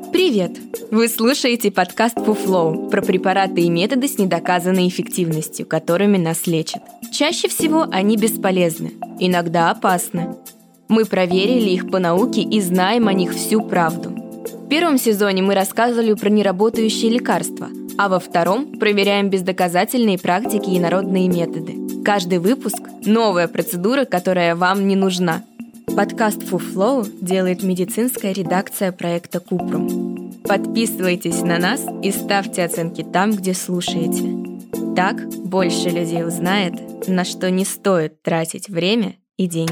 Привет! Вы слушаете подкаст «Фуфлоу» про препараты и методы с недоказанной эффективностью, которыми нас лечат. Чаще всего они бесполезны, иногда опасны. Мы проверили их по науке и знаем о них всю правду. В первом сезоне мы рассказывали про неработающие лекарства, а во втором проверяем бездоказательные практики и народные методы. Каждый выпуск – новая процедура, которая вам не нужна. Подкаст «Фуфлоу» делает медицинская редакция проекта «Купрум». Подписывайтесь на нас и ставьте оценки там, где слушаете. Так больше людей узнает, на что не стоит тратить время и деньги.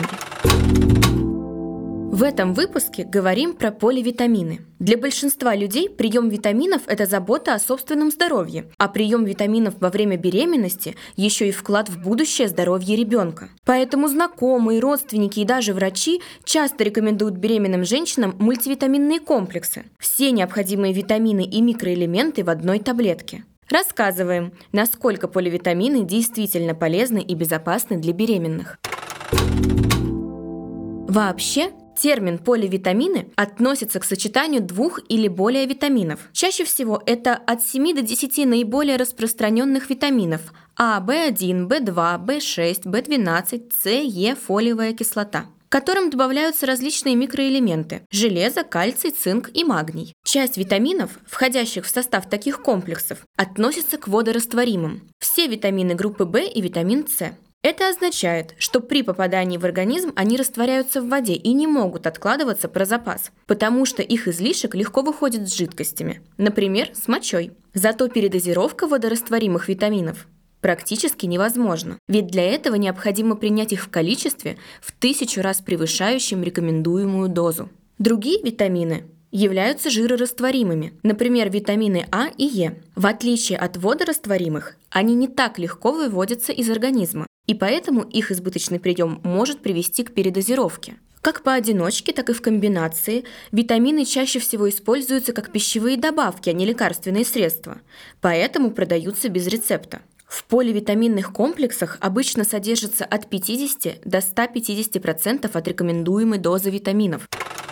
В этом выпуске говорим про поливитамины. Для большинства людей прием витаминов – это забота о собственном здоровье, а прием витаминов во время беременности – еще и вклад в будущее здоровье ребенка. Поэтому знакомые, родственники и даже врачи часто рекомендуют беременным женщинам мультивитаминные комплексы. Все необходимые витамины и микроэлементы в одной таблетке. Рассказываем, насколько поливитамины действительно полезны и безопасны для беременных. Вообще, термин поливитамины относится к сочетанию двух или более витаминов. Чаще всего это от 7 до 10 наиболее распространенных витаминов А, В1, В2, В6, В12, С, Е, фолиевая кислота, к которым добавляются различные микроэлементы – железо, кальций, цинк и магний. Часть витаминов, входящих в состав таких комплексов, относится к водорастворимым. Все витамины группы В и витамин С. Это означает, что при попадании в организм они растворяются в воде и не могут откладываться про запас, потому что их излишек легко выходит с жидкостями, например, с мочой. Зато передозировка водорастворимых витаминов практически невозможна, ведь для этого необходимо принять их в количестве в 1000 раз превышающем рекомендуемую дозу. Другие витамины являются жирорастворимыми, например, витамины А и Е. В отличие от водорастворимых, они не так легко выводятся из организма, и поэтому их избыточный прием может привести к передозировке. Как поодиночке, так и в комбинации витамины чаще всего используются как пищевые добавки, а не лекарственные средства, поэтому продаются без рецепта. В поливитаминных комплексах обычно содержится от 50 до 150% от рекомендуемой дозы витаминов.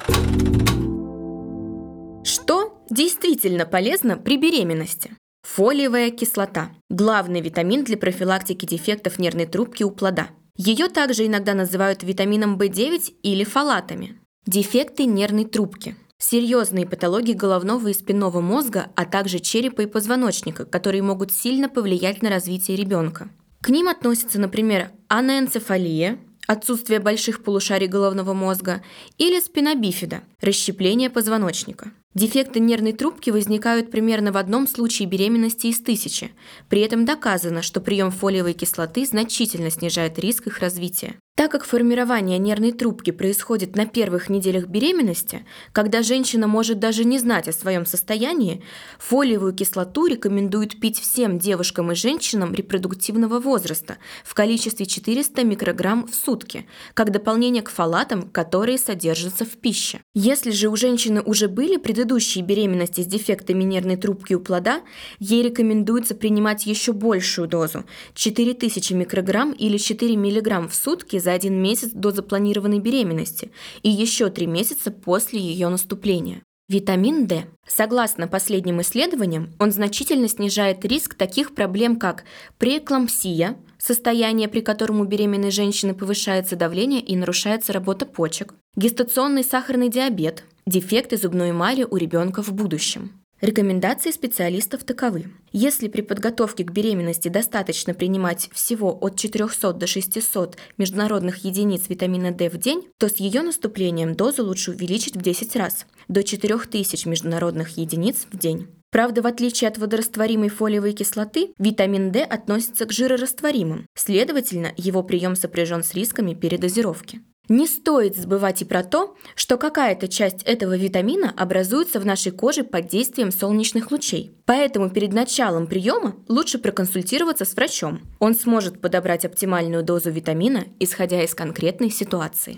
Что действительно полезно при беременности? Фолиевая кислота – главный витамин для профилактики дефектов нервной трубки у плода. Ее также иногда называют витамином В9 или фолатами. Дефекты нервной трубки – серьезные патологии головного и спинного мозга, а также черепа и позвоночника, которые могут сильно повлиять на развитие ребенка. К ним относятся, например, аноэнцефалия, отсутствие больших полушарий головного мозга, или спина бифида – расщепление позвоночника. Дефекты нервной трубки возникают примерно в одном случае беременности из 1000. При этом доказано, что прием фолиевой кислоты значительно снижает риск их развития. Так как формирование нервной трубки происходит на первых неделях беременности, когда женщина может даже не знать о своем состоянии, фолиевую кислоту рекомендуют пить всем девушкам и женщинам репродуктивного возраста в количестве 400 микрограмм в сутки, как дополнение к фолатам, которые содержатся в пище. Если же у женщины уже были предыдущие беременности с дефектами нервной трубки у плода, ей рекомендуется принимать еще большую дозу – 4000 микрограмм или 4 миллиграмм в сутки за 1 месяц до запланированной беременности и еще 3 месяца после ее наступления. Витамин D. Согласно последним исследованиям, он значительно снижает риск таких проблем, как преэклампсия, состояние, при котором у беременной женщины повышается давление и нарушается работа почек, гестационный сахарный диабет, дефекты зубной эмали у ребенка в будущем. Рекомендации специалистов таковы. Если при подготовке к беременности достаточно принимать всего от 400 до 600 международных единиц витамина D в день, то с ее наступлением дозу лучше увеличить в 10 раз, до 4000 международных единиц в день. Правда, в отличие от водорастворимой фолиевой кислоты, витамин D относится к жирорастворимым, следовательно, его прием сопряжен с рисками передозировки. Не стоит забывать и про то, что какая-то часть этого витамина образуется в нашей коже под действием солнечных лучей. Поэтому перед началом приема лучше проконсультироваться с врачом. Он сможет подобрать оптимальную дозу витамина, исходя из конкретной ситуации.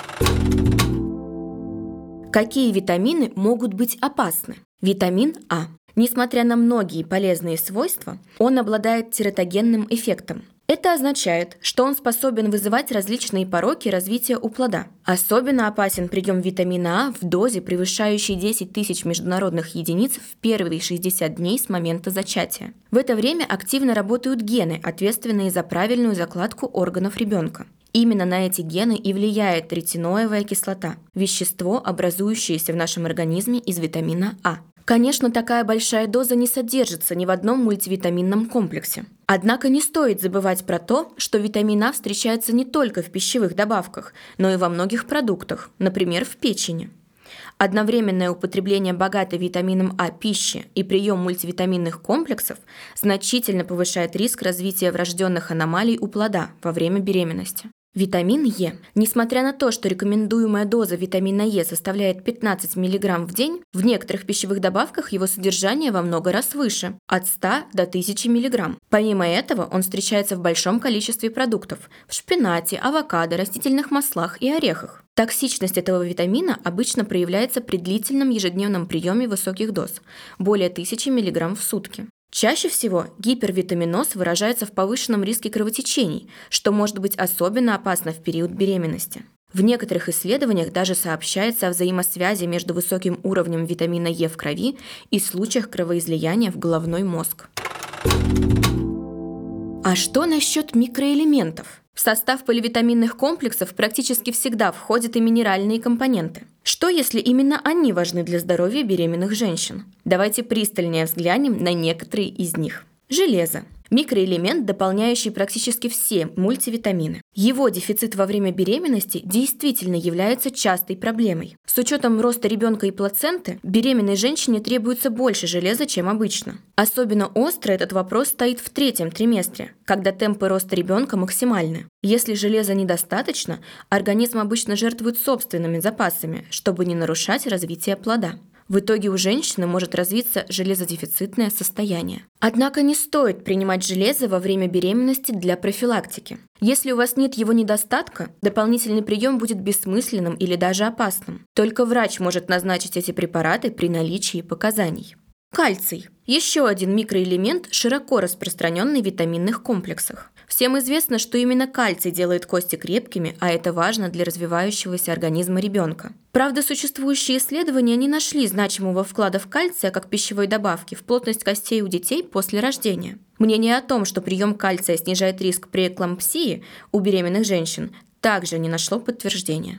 Какие витамины могут быть опасны? Витамин А. Несмотря на многие полезные свойства, он обладает тератогенным эффектом. Это означает, что он способен вызывать различные пороки развития у плода. Особенно опасен прием витамина А в дозе, превышающей 10 тысяч международных единиц в первые 60 дней с момента зачатия. В это время активно работают гены, ответственные за правильную закладку органов ребенка. Именно на эти гены и влияет ретиноевая кислота – вещество, образующееся в нашем организме из витамина А. Конечно, такая большая доза не содержится ни в одном мультивитаминном комплексе. Однако не стоит забывать про то, что витамин А встречается не только в пищевых добавках, но и во многих продуктах, например, в печени. Одновременное употребление богатой витамином А пищи и прием мультивитаминных комплексов значительно повышает риск развития врожденных аномалий у плода во время беременности. Витамин Е. Несмотря на то, что рекомендуемая доза витамина Е составляет 15 мг в день, в некоторых пищевых добавках его содержание во много раз выше – от 100 до 1000 мг. Помимо этого, он встречается в большом количестве продуктов – в шпинате, авокадо, растительных маслах и орехах. Токсичность этого витамина обычно проявляется при длительном ежедневном приеме высоких доз – более 1000 мг в сутки. Чаще всего гипервитаминоз выражается в повышенном риске кровотечений, что может быть особенно опасно в период беременности. В некоторых исследованиях даже сообщается о взаимосвязи между высоким уровнем витамина Е в крови и случаях кровоизлияния в головной мозг. А что насчет микроэлементов? В состав поливитаминных комплексов практически всегда входят и минеральные компоненты. Что, если именно они важны для здоровья беременных женщин? Давайте пристальнее взглянем на некоторые из них. Железо. Микроэлемент, дополняющий практически все мультивитамины. Его дефицит во время беременности действительно является частой проблемой. С учетом роста ребенка и плаценты, беременной женщине требуется больше железа, чем обычно. Особенно остро этот вопрос стоит в 3-м триместре, когда темпы роста ребенка максимальны. Если железа недостаточно, организм обычно жертвует собственными запасами, чтобы не нарушать развитие плода. В итоге у женщины может развиться железодефицитное состояние. Однако не стоит принимать железо во время беременности для профилактики. Если у вас нет его недостатка, дополнительный прием будет бессмысленным или даже опасным. Только врач может назначить эти препараты при наличии показаний. Кальций – еще один микроэлемент, широко распространенный в витаминных комплексах. Всем известно, что именно кальций делает кости крепкими, а это важно для развивающегося организма ребенка. Правда, существующие исследования не нашли значимого вклада в кальция как пищевой добавки в плотность костей у детей после рождения. Мнение о том, что прием кальция снижает риск преэклампсии у беременных женщин, также не нашло подтверждения.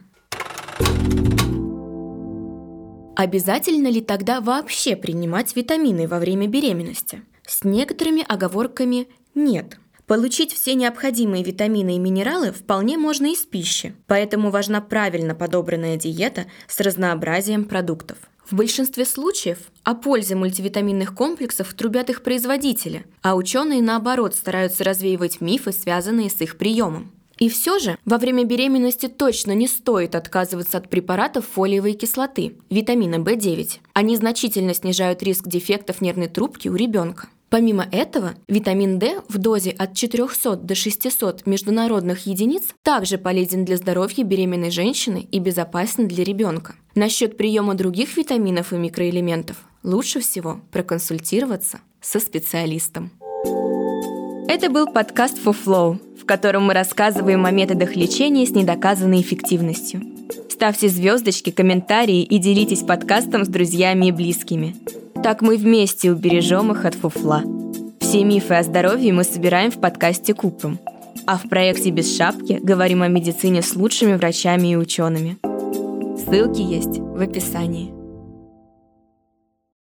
Обязательно ли тогда вообще принимать витамины во время беременности? С некоторыми оговорками нет. Получить все необходимые витамины и минералы вполне можно из пищи, поэтому важна правильно подобранная диета с разнообразием продуктов. В большинстве случаев о пользе мультивитаминных комплексов трубят их производители, а ученые, наоборот, стараются развеивать мифы, связанные с их приемом. И все же во время беременности точно не стоит отказываться от препаратов фолиевой кислоты, витамина В9. Они значительно снижают риск дефектов нервной трубки у ребенка. Помимо этого, витамин D в дозе от 400 до 600 международных единиц также полезен для здоровья беременной женщины и безопасен для ребенка. Насчет приема других витаминов и микроэлементов лучше всего проконсультироваться со специалистом. Это был подкаст For Flow, в котором мы рассказываем о методах лечения с недоказанной эффективностью. Ставьте звездочки, комментарии и делитесь подкастом с друзьями и близкими. Так мы вместе убережем их от фуфла. Все мифы о здоровье мы собираем в подкасте Купрум. А в проекте «Без шапки» говорим о медицине с лучшими врачами и учеными. Ссылки есть в описании.